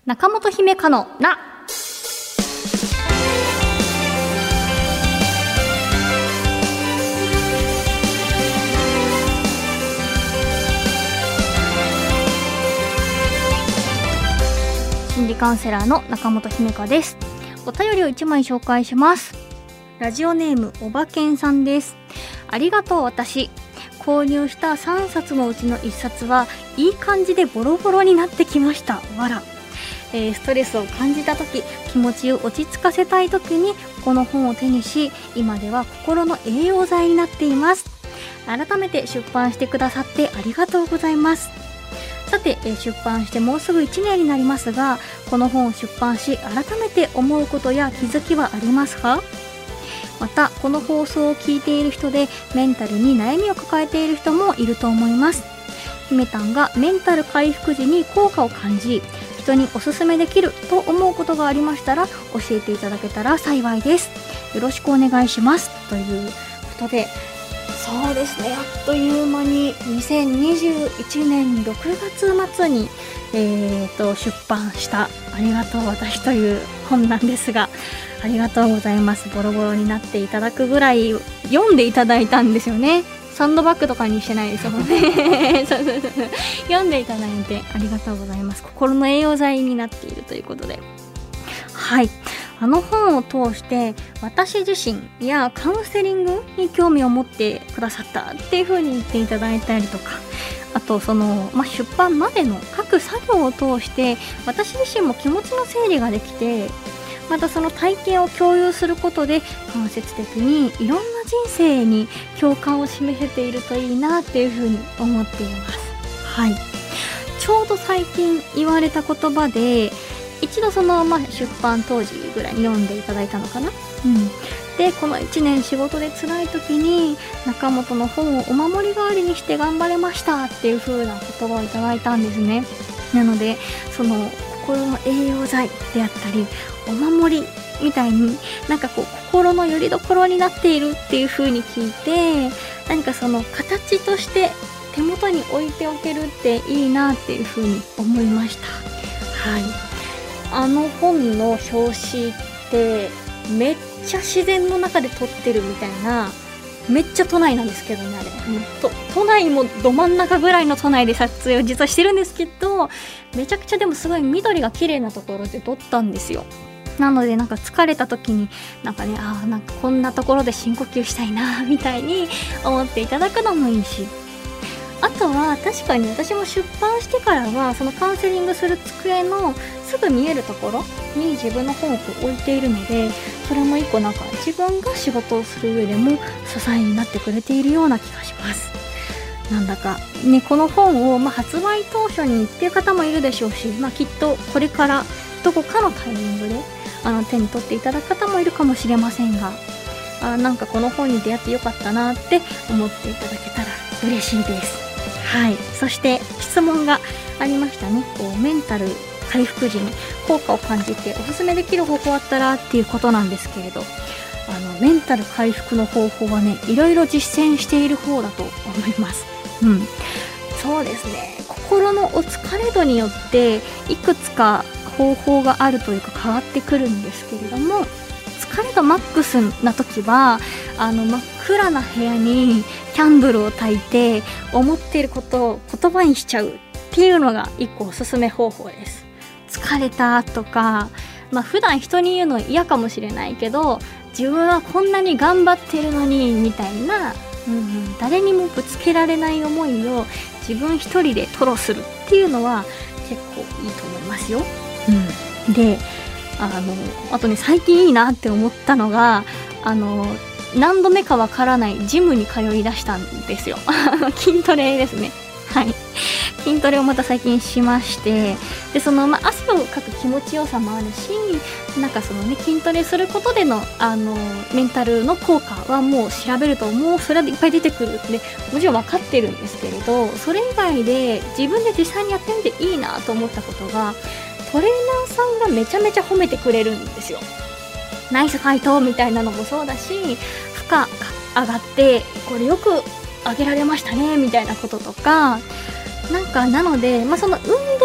中本姫香のな。心理カウンセラーの中本姫香です。お便りを1枚紹介します。ラジオネームおばけんさんです。ありがとう。私購入した3冊のうちの1冊はいい感じでボロボロになってきました。わら。ストレスを感じた時、気持ちを落ち着かせたい時にこの本を手にし、今では心の栄養剤になっています。改めて出版してくださってありがとうございます。さて、出版してもうすぐ1年になりますが、この本を出版し改めて思うことや気づきはありますか？またこの放送を聞いている人でメンタルに悩みを抱えている人もいると思います。姫たんがメンタル回復時に効果を感じ、人におすすめできると思うことがありましたら教えていただけたら幸いです。よろしくお願いします。ということで、そうですね、あっという間に2021年6月末に、出版したありがとう私という本なんですが、ありがとうございます。ボロボロになっていただくぐらい読んでいただいたんですよね。サンドバッグとかにしてないですもんねそう読んでいただいてありがとうございます。心の栄養剤になっているということで、はい、あの本を通して私自身やカウンセリングに興味を持ってくださったっていう風に言っていただいたりとか、あとその、出版までの各作業を通して私自身も気持ちの整理ができて、またその体験を共有することで間接的にいろんな人生に共感を示せているといいなっていうふうに思っています。はい、ちょうど最近言われた言葉で、一度その、出版当時ぐらいに読んでいただいたのかな、でこの1年仕事で辛い時に中本の本をお守り代わりにして頑張れましたっていう風な言葉をいただいたんですね。なのでその心の栄養剤であったりお守りみたいになんかこう心の拠り所になっているっていう風に聞いて、何かその形として手元に置いておけるっていいなっていう風に思いました。はい、あの本の表紙ってめっちゃ自然の中で撮ってるみたいな、めっちゃ都内なんですけどね、あれ都内もど真ん中ぐらいの都内で撮影を実はしてるんですけど、めちゃくちゃでもすごい緑が綺麗なところで撮ったんですよ。なのでなんか疲れた時になんかね、なんかこんなところで深呼吸したいなみたいに思っていただくのもいいし、あとは確かに私も出版してからはそのカウンセリングする机のすぐ見えるところに自分の本を置いているので、それも一個なんか自分が仕事をする上でも支えになってくれているような気がします。なんだかね、この本を発売当初にっていう方もいるでしょうし、きっとこれからどこかのタイミングで手に取っていただく方もいるかもしれませんが、なんかこの本に出会ってよかったなって思っていただけたら嬉しいです。はい、そして質問がありましたね。メンタル回復時に効果を感じておすすめできる方法あったらっていうことなんですけれど、メンタル回復の方法はね、いろいろ実践している方だと思います。そうですね、心のお疲れ度によっていくつか方法があるというか変わってくるんですけれども、疲れがマックスな時は真っ暗な部屋にキャンドルを焚いて思っていることを言葉にしちゃうっていうのが一個おすすめ方法です。疲れたとか、普段人に言うの嫌かもしれないけど、自分はこんなに頑張ってるのにみたいな、誰にもぶつけられない思いを自分一人で吐露するっていうのは結構いいと思いますよ。であとね、最近いいなって思ったのが何度目かわからないジムに通い出したんですよ筋トレですね。はい、筋トレをまた最近しまして、でその、汗をかく気持ちよさもあるし、なんかそのね、筋トレすることでのメンタルの効果はもう調べるともうそれはいっぱい出てくるんで、もちろん分かってるんですけれど、それ以外で自分で実際にやってみていいなと思ったことが、トレーナーさんがめちゃめちゃ褒めてくれるんですよ。ナイスファイトみたいなのもそうだし、負荷上がってこれよく上げられましたねみたいなこととか、なので、その運動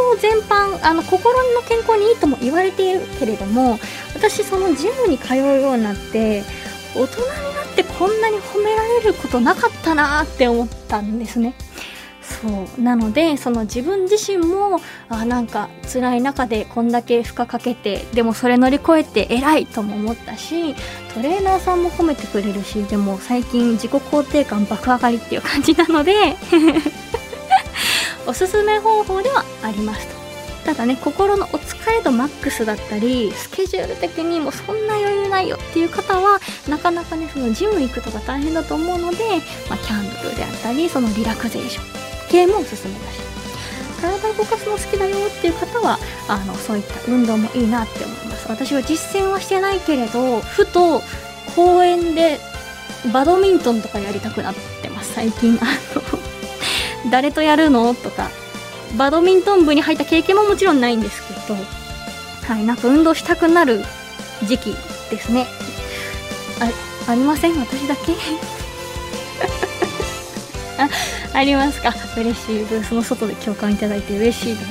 全般心の健康にいいとも言われているけれども、私そのジムに通うようになって大人になってこんなに褒められることなかったなって思ったんですね。そうなので、その自分自身もなんか辛い中でこんだけ負荷かけて、でもそれ乗り越えて偉いとも思ったし、トレーナーさんも褒めてくれるし、でも最近自己肯定感爆上がりっていう感じなのでおすすめ方法ではありますと。ただね、心のお疲れ度マックスだったり、スケジュール的にもそんな余裕ないよっていう方はなかなかね、そのジム行くとか大変だと思うので、キャンドルであったり、そのリラクゼーション系もおすすめだし、体を動かすの好きだよっていう方はそういった運動もいいなって思います。私は実践はしてないけれど、ふと公園でバドミントンとかやりたくなってます最近。誰とやるのとか、バドミントン部に入った経験ももちろんないんですけど、はい、なんか運動したくなる時期ですね。ありません？私だけ？ありますか？嬉しい。ブースの外で共感いただいて嬉しいです。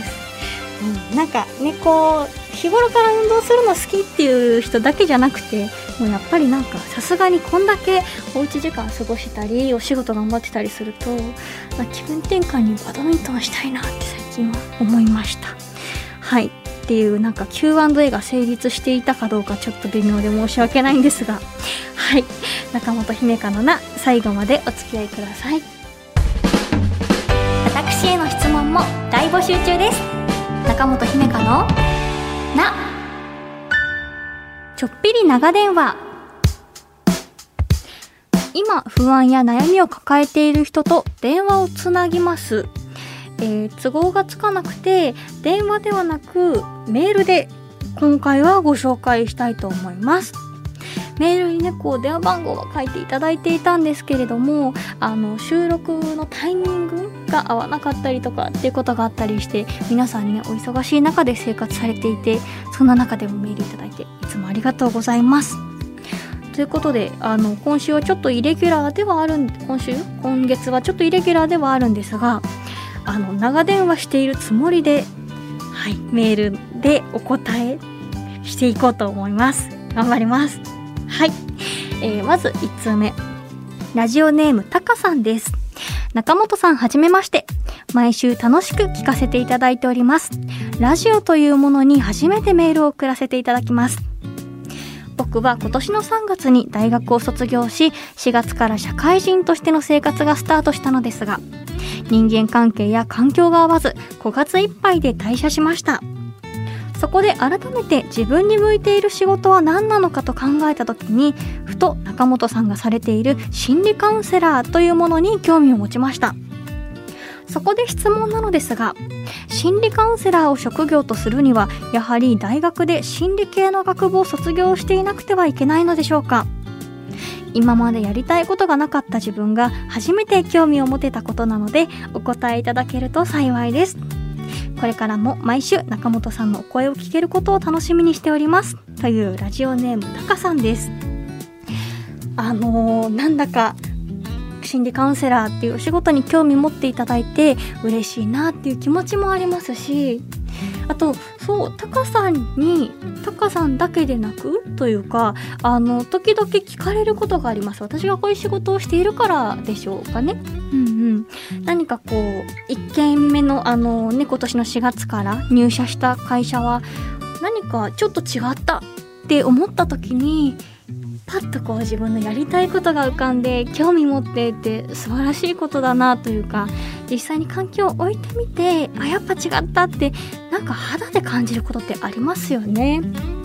なんかね、こう日頃から運動するの好きっていう人だけじゃなくて、もうやっぱりなんかさすがにこんだけおうち時間過ごしたりお仕事頑張ってたりすると、気分転換にバドミントンしたいなって最近は思いました。はい、っていうなんか Q&A が成立していたかどうかちょっと微妙で申し訳ないんですが、はい、中本姫香のな、最後までお付き合いください。私への質問も大募集中です。中本姫香のな、ちょっぴり長電話。今不安や悩みを抱えている人と電話をつなぎます。都合がつかなくて電話ではなくメールで今回はご紹介したいと思います。メールにね、こう電話番号は書いていただいていたんですけれども、収録のタイミングが合わなかったりとかっていうことがあったりして、皆さんね、お忙しい中で生活されていて、そんな中でもメールいただいていつもありがとうございます。ということで、今週はちょっとイレギュラーではある今月はちょっとイレギュラーではあるんですが、長電話しているつもりで、はい、メールでお答えしていこうと思います。頑張ります。はい、まず1通目、ラジオネームたかさんです。中本さん、はじめまして。毎週楽しく聞かせていただいております。ラジオというものに初めてメールを送らせていただきます。僕は今年の3月に大学を卒業し、4月から社会人としての生活がスタートしたのですが、人間関係や環境が合わず5月いっぱいで退社しました。そこで改めて自分に向いている仕事は何なのかと考えた時に、ふと中本さんがされている心理カウンセラーというものに興味を持ちました。そこで質問なのですが、心理カウンセラーを職業とするにはやはり大学で心理系の学部を卒業していなくてはいけないのでしょうか。今までやりたいことがなかった自分が初めて興味を持てたことなので、お答えいただけると幸いです。これからも毎週中本さんのお声を聞けることを楽しみにしております、というラジオネームたかさんです。なんだか心理カウンセラーっていうお仕事に興味持っていただいて嬉しいなっていう気持ちもありますし、あとタカさんだけでなくというか、時々聞かれることがあります。私がこういう仕事をしているからでしょうかね。何かこう1件目の今年の4月から入社した会社は何かちょっと違ったって思った時に、パッとこう自分のやりたいことが浮かんで興味持ってって素晴らしいことだなというか、実際に環境を置いてみてやっぱ違ったってなんか肌で感じることってありますよね。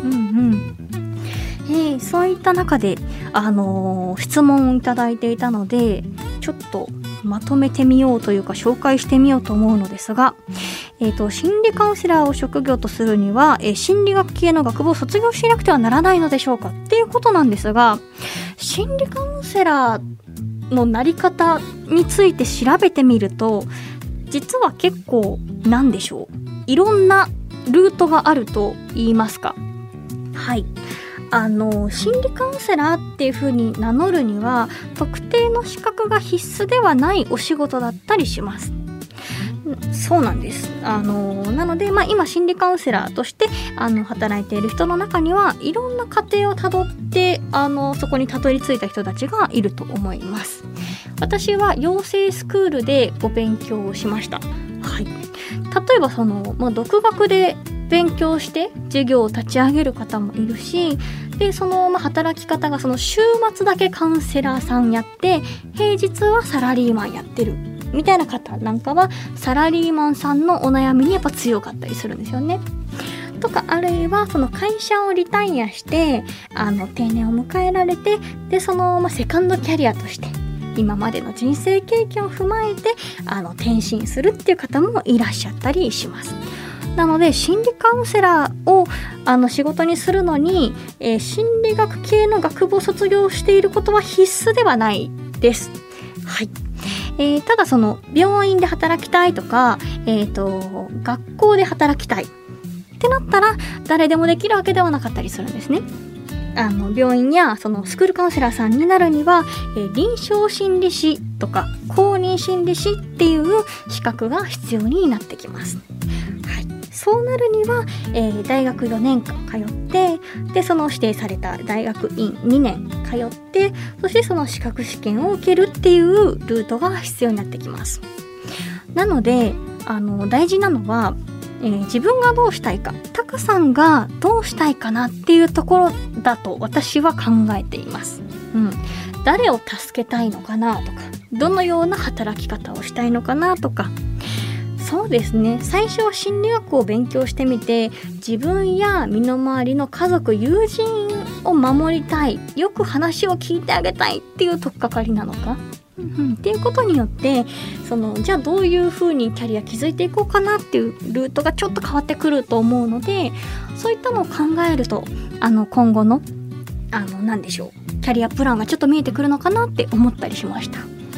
そういった中で質問をいただいていたので、ちょっとまとめてみようというか紹介してみようと思うのですが、心理カウンセラーを職業とするには、心理学系の学部を卒業しなくてはならないのでしょうかっていうことなんですが、心理カウンセラーのなり方について調べてみると、実は結構なんでしょう、いろんなルートがあると言いますか。はい、心理カウンセラーっていう風に名乗るには特定の資格が必須ではないお仕事だったりします。 そうなんです。なので、今心理カウンセラーとして働いている人の中にはいろんな過程をたどってそこにたどり着いた人たちがいると思います。私は養成スクールでお勉強をしました。はい、例えば独学で勉強して授業を立ち上げる方もいるし、で働き方が週末だけカウンセラーさんやって平日はサラリーマンやってるみたいな方なんかはサラリーマンさんのお悩みにやっぱ強かったりするんですよね。とか、あるいは会社をリタイアして定年を迎えられて、でセカンドキャリアとして今までの人生経験を踏まえて転身するっていう方もいらっしゃったりします。なので心理カウンセラーを仕事にするのに、心理学系の学部を卒業していることは必須ではないです。はい。ただ病院で働きたいとか、学校で働きたいってなったら誰でもできるわけではなかったりするんですね。病院やスクールカウンセラーさんになるには、臨床心理士とか公認心理士っていう資格が必要になってきます。はい、そうなるには、大学4年間通って、で指定された大学院2年通って、そして資格試験を受けるっていうルートが必要になってきます。なので大事なのは、自分がどうしたいか、タカさんがどうしたいかなっていうところだと私は考えています。誰を助けたいのかなとか、どのような働き方をしたいのかなとか、そうですね、最初は心理学を勉強してみて、自分や身の回りの家族、友人を守りたい、よく話を聞いてあげたいっていう取っかかりなのか、っていうことによってじゃあどういう風にキャリア築いていこうかなっていうルートがちょっと変わってくると思うので、そういったのを考えると今後の何でしょう、キャリアプランがちょっと見えてくるのかなって思ったりしました。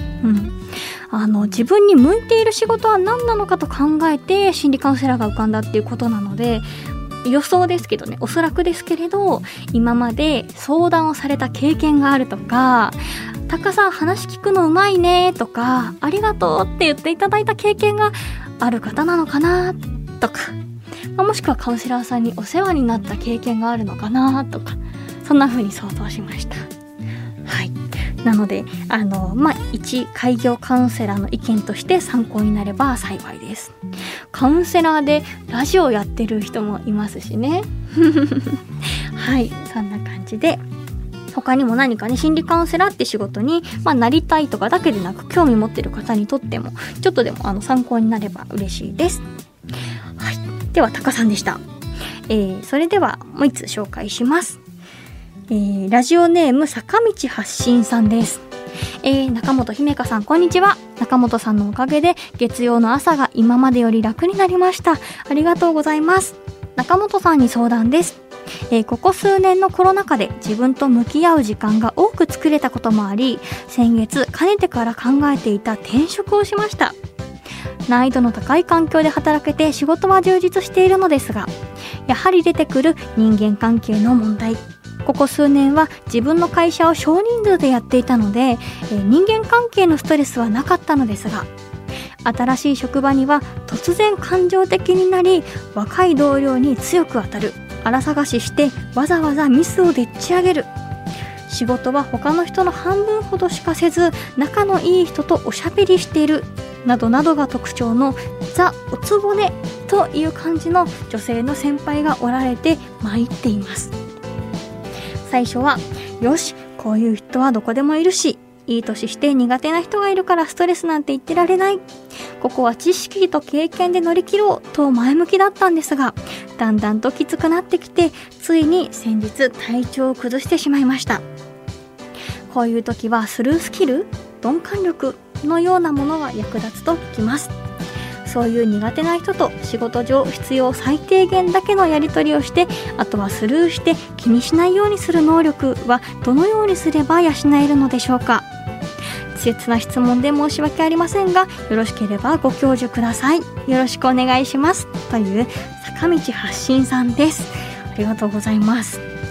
自分に向いている仕事は何なのかと考えて心理カウンセラーが浮かんだっていうことなので、予想ですけどね、おそらくですけれど、今まで相談をされた経験があるとか、タカさん話聞くのうまいねとか、ありがとうって言っていただいた経験がある方なのかなとか、もしくはカウンセラーさんにお世話になった経験があるのかなとか、そんな風に想像しました。はい。なので一開業カウンセラーの意見として参考になれば幸いです。カウンセラーでラジオやってる人もいますしねはい、そんな感じで、他にも何かね、心理カウンセラーって仕事に、なりたいとかだけでなく、興味持ってる方にとってもちょっとでも参考になれば嬉しいです。はい、ではタカさんでした。それではもう一つ紹介します。ラジオネーム坂道発信さんです。中本姫香さん、こんにちは。中本さんのおかげで月曜の朝が今までより楽になりました。ありがとうございます。中本さんに相談です。ここ数年のコロナ禍で自分と向き合う時間が多く作れたこともあり、先月かねてから考えていた転職をしました。難易度の高い環境で働けて仕事は充実しているのですが、やはり出てくる人間関係の問題。ここ数年は自分の会社を少人数でやっていたので、人間関係のストレスはなかったのですが、新しい職場には突然感情的になり、若い同僚に強く当たる、荒探ししてわざわざミスをでっち上げる、仕事は他の人の半分ほどしかせず仲のいい人とおしゃべりしているなどなどが特徴のザ・おつぼねという感じの女性の先輩がおられて参っています。最初はよし、こういう人はどこでもいるし、いい年して苦手な人がいるからストレスなんて言ってられない、ここは知識と経験で乗り切ろうと前向きだったんですが、だんだんときつくなってきて、ついに先日体調を崩してしまいました。こういう時はスルースキル、鈍感力のようなものが役立つと聞きます。そういう苦手な人と仕事上必要最低限だけのやり取りをして、あとはスルーして気にしないようにする能力はどのようにすれば養えるのでしょうか。切な質問で申し訳ありませんが、よろしければご教授ください。よろしくお願いします。という坂道発信さんです。ありがとうございます。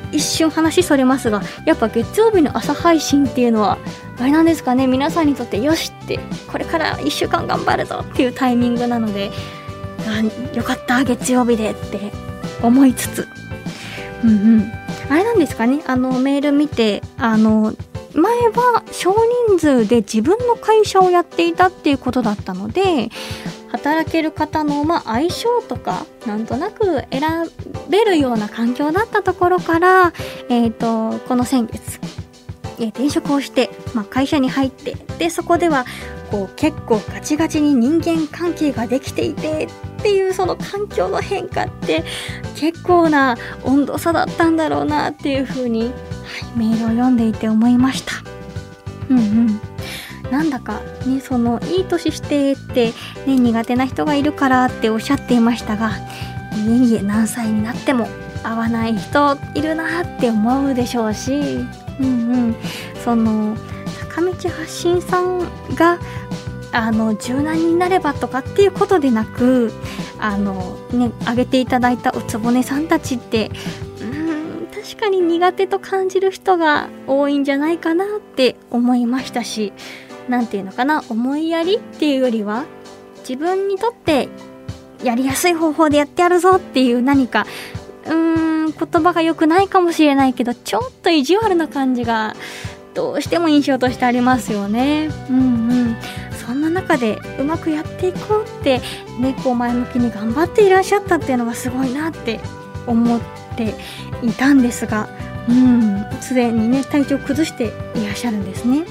一瞬話それますが、やっぱ月曜日の朝配信っていうのはあれなんですかね、皆さんにとってよしってこれから1週間頑張るぞっていうタイミングなので、よかった月曜日でって思いつつ、あれなんですかね、メール見て前は少人数で自分の会社をやっていたっていうことだったので、働ける方の相性とかなんとなく選べるような環境だったところから、この先月、転職をして、会社に入って、でそこではこう結構ガチガチに人間関係ができていてっていう、その環境の変化って結構な温度差だったんだろうなっていう風に、メールを読んでいて思いました。なんだかね、そのいい年してってね、苦手な人がいるからっておっしゃっていましたが、いえ何歳になっても合わない人いるなって思うでしょうし、その坂道発信さんが柔軟になればとかっていうことでなく、挙げていただいたおつぼねさんたちって確かに苦手と感じる人が多いんじゃないかなって思いましたし、なんていうのかな、思いやりっていうよりは自分にとってやりやすい方法でやってやるぞっていう、何か言葉が良くないかもしれないけど、ちょっと意地悪な感じがどうしても印象としてありますよね。そんな中でうまくやっていこうってね、こう前向きに頑張っていらっしゃったっていうのがすごいなって思っていたんですが、すでにね体調崩していらっしゃるんですね。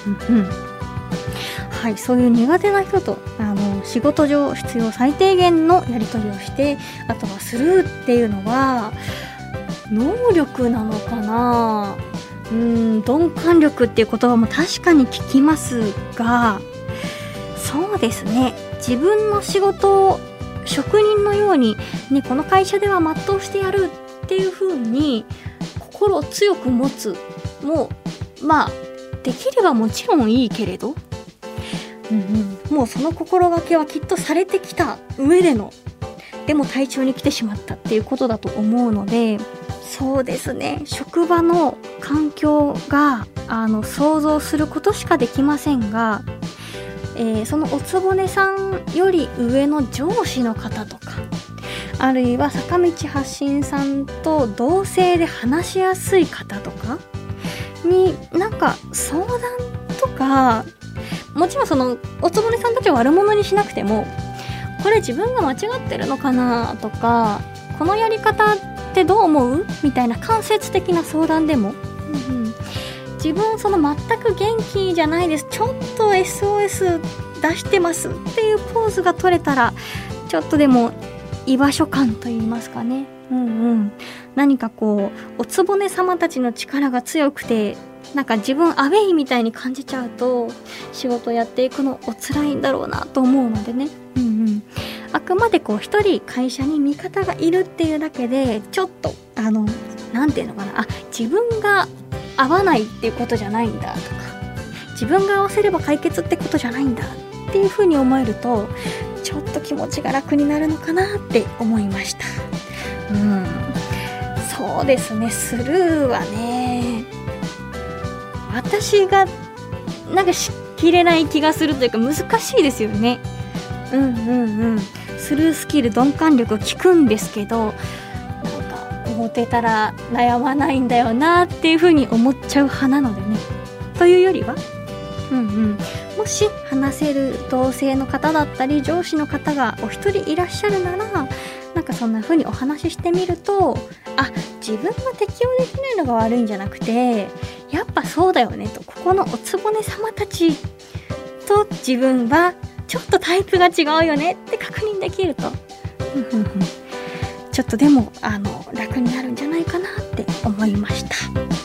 そういう苦手な人と仕事上必要最低限のやり取りをして、あとはスルーっていうのは能力なのかな。鈍感力っていう言葉も確かに聞きますが、そうですね、自分の仕事を職人のように、ね、この会社では全うしてやるっていう風に心を強く持つもできればもちろんいいけれど、もうその心がけはきっとされてきた上での、でも体調に来てしまったっていうことだと思うので、そうですね、職場の環境が想像することしかできませんが、そのおつぼねさんより上の上司の方とか、あるいは坂道発信さんと同性で話しやすい方とかになんか相談とか、もちろんそのおつぼねさんたちを悪者にしなくても、これ自分が間違ってるのかなとか、このやり方ってどう思うみたいな間接的な相談でも、自分その全く元気じゃないです、ちょっと SOS 出してますっていうポーズが取れたら、ちょっとでも居場所感といいますかね、何かこうおつぼね様たちの力が強くて、なんか自分アウェイみたいに感じちゃうと仕事やっていくのお辛いんだろうなと思うのでね、あくまでこう一人会社に味方がいるっていうだけで、ちょっとなんていうのかな、自分が合わないっていうことじゃないんだとか、自分が合わせれば解決ってことじゃないんだっていう風に思えると、ちょっと気持ちが楽になるのかなって思いました。そうですね、スルーはね、私がなんかしきれない気がするというか難しいですよね。スルースキル、鈍感力効くんですけど、なんかモテたら悩まないんだよなっていう風に思っちゃう派なのでね。というよりは、もし話せる同性の方だったり上司の方がお一人いらっしゃるなら、なんかそんな風にお話ししてみると、自分が適応できないのが悪いんじゃなくて、やっぱそうだよねと、ここのおつぼね様たちと自分はちょっとタイプが違うよねって確認できると、ちょっとでも楽になるんじゃないかなって思いました。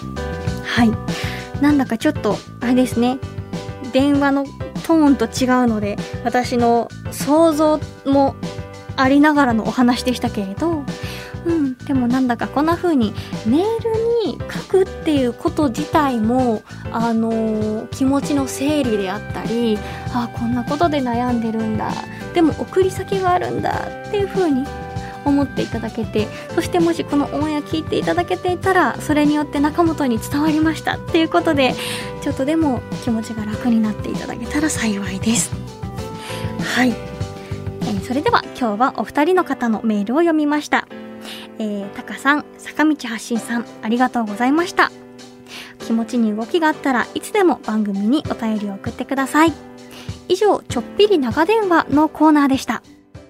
なんだかちょっとあれですね、電話のトーンと違うので私の想像もありながらのお話でしたけれど、でもなんだかこんな風にメールに書くっていうこと自体も気持ちの整理であったり、こんなことで悩んでるんだ、でも送り先があるんだっていう風に思っていただけて、そしてもしこのオンエア聞いていただけていたら、それによって中本に伝わりましたっていうことで、ちょっとでも気持ちが楽になっていただけたら幸いです。はい、それでは今日はお二人の方のメールを読みました。タカさん、坂道発信さん、ありがとうございました。気持ちに動きがあったらいつでも番組にお便りを送ってください。以上、ちょっぴり長電話のコーナーでした。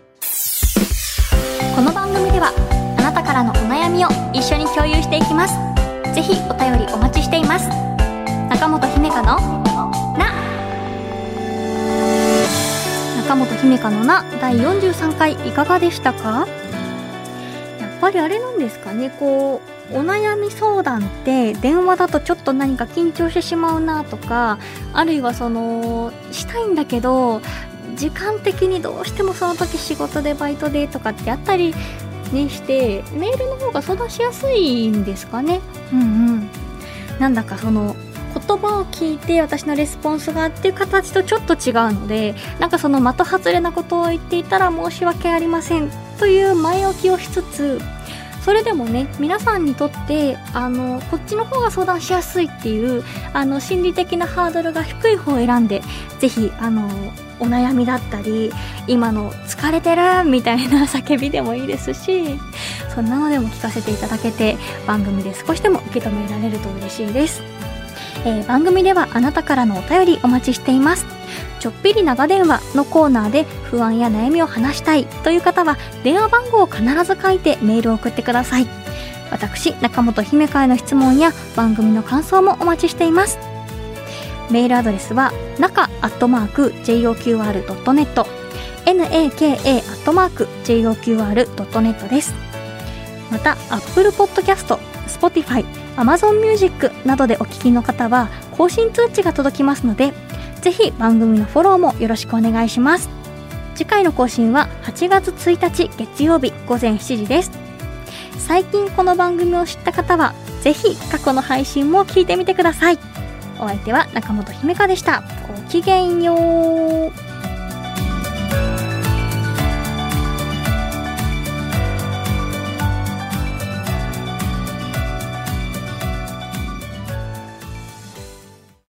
この番組ではあなたからのお悩みを一緒に共有していきます。ぜひお便りお待ちしています。中本姫香のな。中本姫香のな第43回いかがでしたか？やっぱりあれなんですかね、こうお悩み相談って電話だとちょっと何か緊張してしまうなとか、あるいはしたいんだけど時間的にどうしてもその時仕事でバイトでとかってあったりねして、メールの方が相談しやすいんですかね。なんだか言葉を聞いて私のレスポンスがっていう形とちょっと違うので、なんか的外れなことを言っていたら申し訳ありませんという前置きをしつつ、それでもね、皆さんにとってこっちの方が相談しやすいっていう心理的なハードルが低い方を選んで、ぜひお悩みだったり今の疲れてるみたいな叫びでもいいですし、そんなのでも聞かせていただけて、番組で少しでも受け止められると嬉しいです。番組ではあなたからのお便りお待ちしています。ちょっぴり長電話のコーナーで不安や悩みを話したいという方は電話番号を必ず書いてメールを送ってください。私中本姫香への質問や番組の感想もお待ちしています。メールアドレスはnaka@joqr.net naka@joqr.net です。また Apple Podcast、Spotify、Amazon Music などでお聞きの方は更新通知が届きますので、ぜひ番組のフォローもよろしくお願いします。次回の更新は8月1日月曜日午前7時です。最近この番組を知った方はぜひ過去の配信も聞いてみてください。お相手は中本姫香でした。ごきげんよう。